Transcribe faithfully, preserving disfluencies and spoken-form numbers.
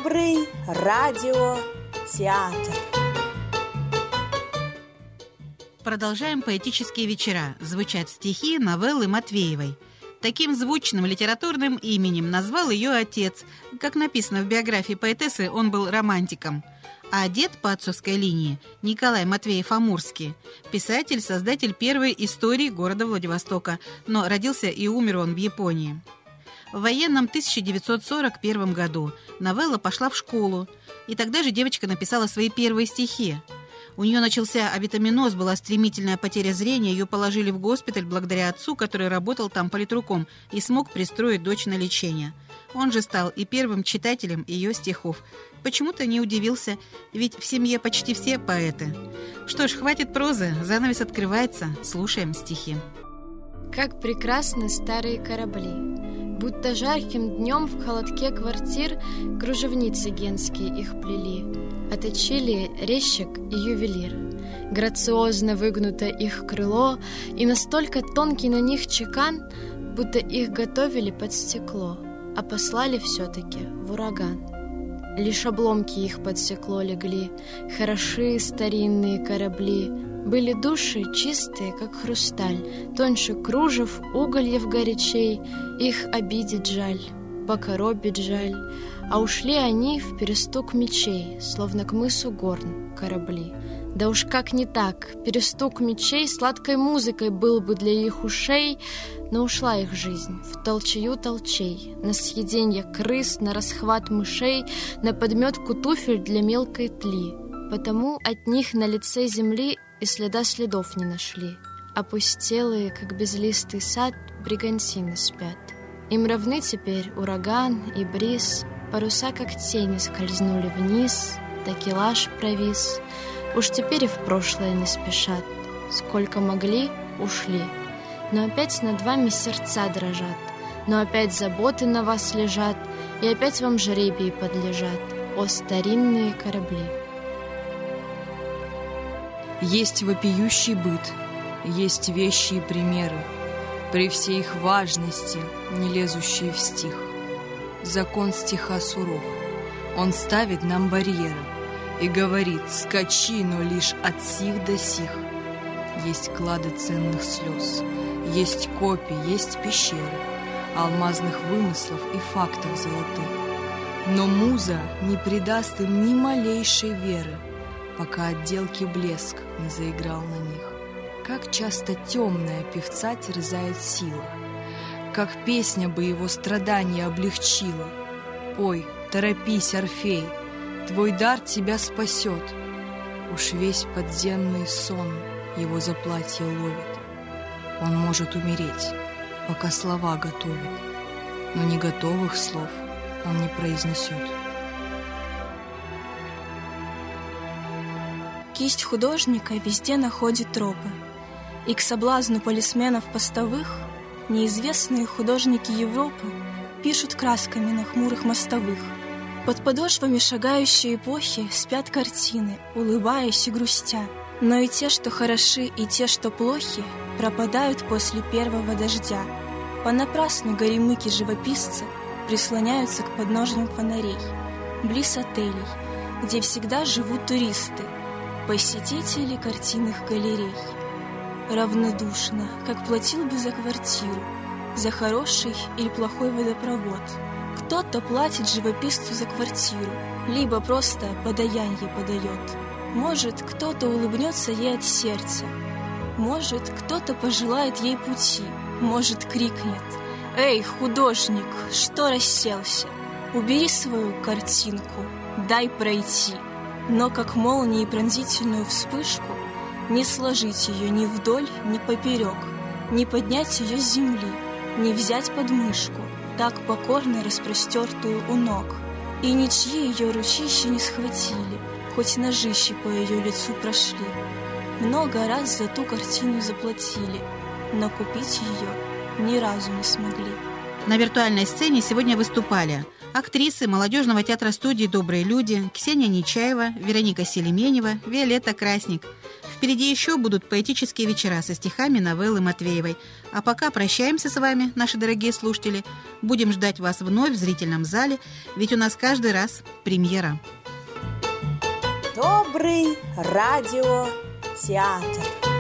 Добрый радиотеатр. Продолжаем поэтические вечера. Звучат стихи новеллы Матвеевой. Таким звучным литературным именем назвал ее отец. Как написано в биографии поэтессы, он был романтиком. А дед по отцовской линии Николай Матвеев-Амурский, писатель, создатель первой истории города Владивостока, но родился и умер он в Японии. В военном тысяча девятьсот сорок первом году новелла пошла в школу, и тогда же девочка написала свои первые стихи. У нее начался авитаминоз, была стремительная потеря зрения, ее положили в госпиталь благодаря отцу, который работал там политруком и смог пристроить дочь на лечение. Он же стал и первым читателем ее стихов. Почему-то не удивился, ведь в семье почти все поэты. Что ж, хватит прозы, занавес открывается, слушаем стихи. Как прекрасны старые корабли, будто жарким днем в холодке квартир кружевницы генские их плели, а точили резчик и ювелир. Грациозно выгнуто их крыло, и настолько тонкий на них чекан, будто их готовили под стекло, а послали все-таки в ураган. Лишь обломки их под стекло легли, хороши старинные корабли, были души чистые, как хрусталь, тоньше кружев, угольев горячей, их обидеть жаль, покоробить жаль, а ушли они в перестук мечей, словно к мысу Горн корабли. Да уж как не так, перестук мечей сладкой музыкой был бы для их ушей, но ушла их жизнь в толчею толчей, на съеденье крыс, на расхват мышей, на подметку туфель для мелкой тли. Потому от них на лице земли и следа следов не нашли. Опустелые, как безлистый сад, бригантины спят. Им равны теперь ураган и бриз, паруса, как тени, скользнули вниз, такелаж провис. Уж теперь и в прошлое не спешат. Сколько могли, ушли. Но опять над вами сердца дрожат, но опять заботы на вас лежат, и опять вам жребии подлежат, о старинные корабли. Есть вопиющий быт, есть вещи и примеры, при всей их важности, не лезущие в стих. Закон стиха суров, он ставит нам барьеры и говорит: скачи, но лишь от сих до сих. Есть клады ценных слез, есть копи, есть пещеры, алмазных вымыслов и фактов золотых. Но муза не придаст им ни малейшей веры, пока отделки блеск не заиграл на них. Как часто темная певца терзает сила, как песня бы его страдания облегчила. Пой, торопись, Орфей, твой дар тебя спасет. Уж весь подземный сон его за платье ловит. Он может умереть, пока слова готовит, но не готовых слов он не произнесет. Кисть художника везде находит тропы, и к соблазну полисменов постовых неизвестные художники Европы пишут красками на хмурых мостовых. Под подошвами шагающей эпохи спят картины, улыбаясь и грустя. Но и те, что хороши, и те, что плохи, пропадают после первого дождя. Понапрасну горемыки-живописцы прислоняются к подножьям фонарей, близ отелей, где всегда живут туристы, посетители картинных галерей. Равнодушно, как платил бы за квартиру, за хороший или плохой водопровод. Кто-то платит живописцу за квартиру, либо просто подаянье подает. Может, кто-то улыбнется ей от сердца, может, кто-то пожелает ей пути, может, крикнет: «Эй, художник, что расселся? Убери свою картинку, дай пройти». Но как молнии пронзительную вспышку не сложить ее ни вдоль, ни поперек, не поднять ее с земли, не взять под мышку, так покорно распростертую у ног, и ничьи ее ручища не схватили, хоть ножищи по ее лицу прошли. Много раз за ту картину заплатили, но купить ее ни разу не смогли. На виртуальной сцене сегодня выступали актрисы молодежного театра студии «Добрые люди» Ксения Нечаева, Вероника Селеменева, Виолетта Красник. В Впереди еще будут поэтические вечера со стихами новеллы Матвеевой. А пока прощаемся с вами, наши дорогие слушатели. Будем ждать вас вновь в зрительном зале, ведь у нас каждый раз премьера. Добрый радиотеатр.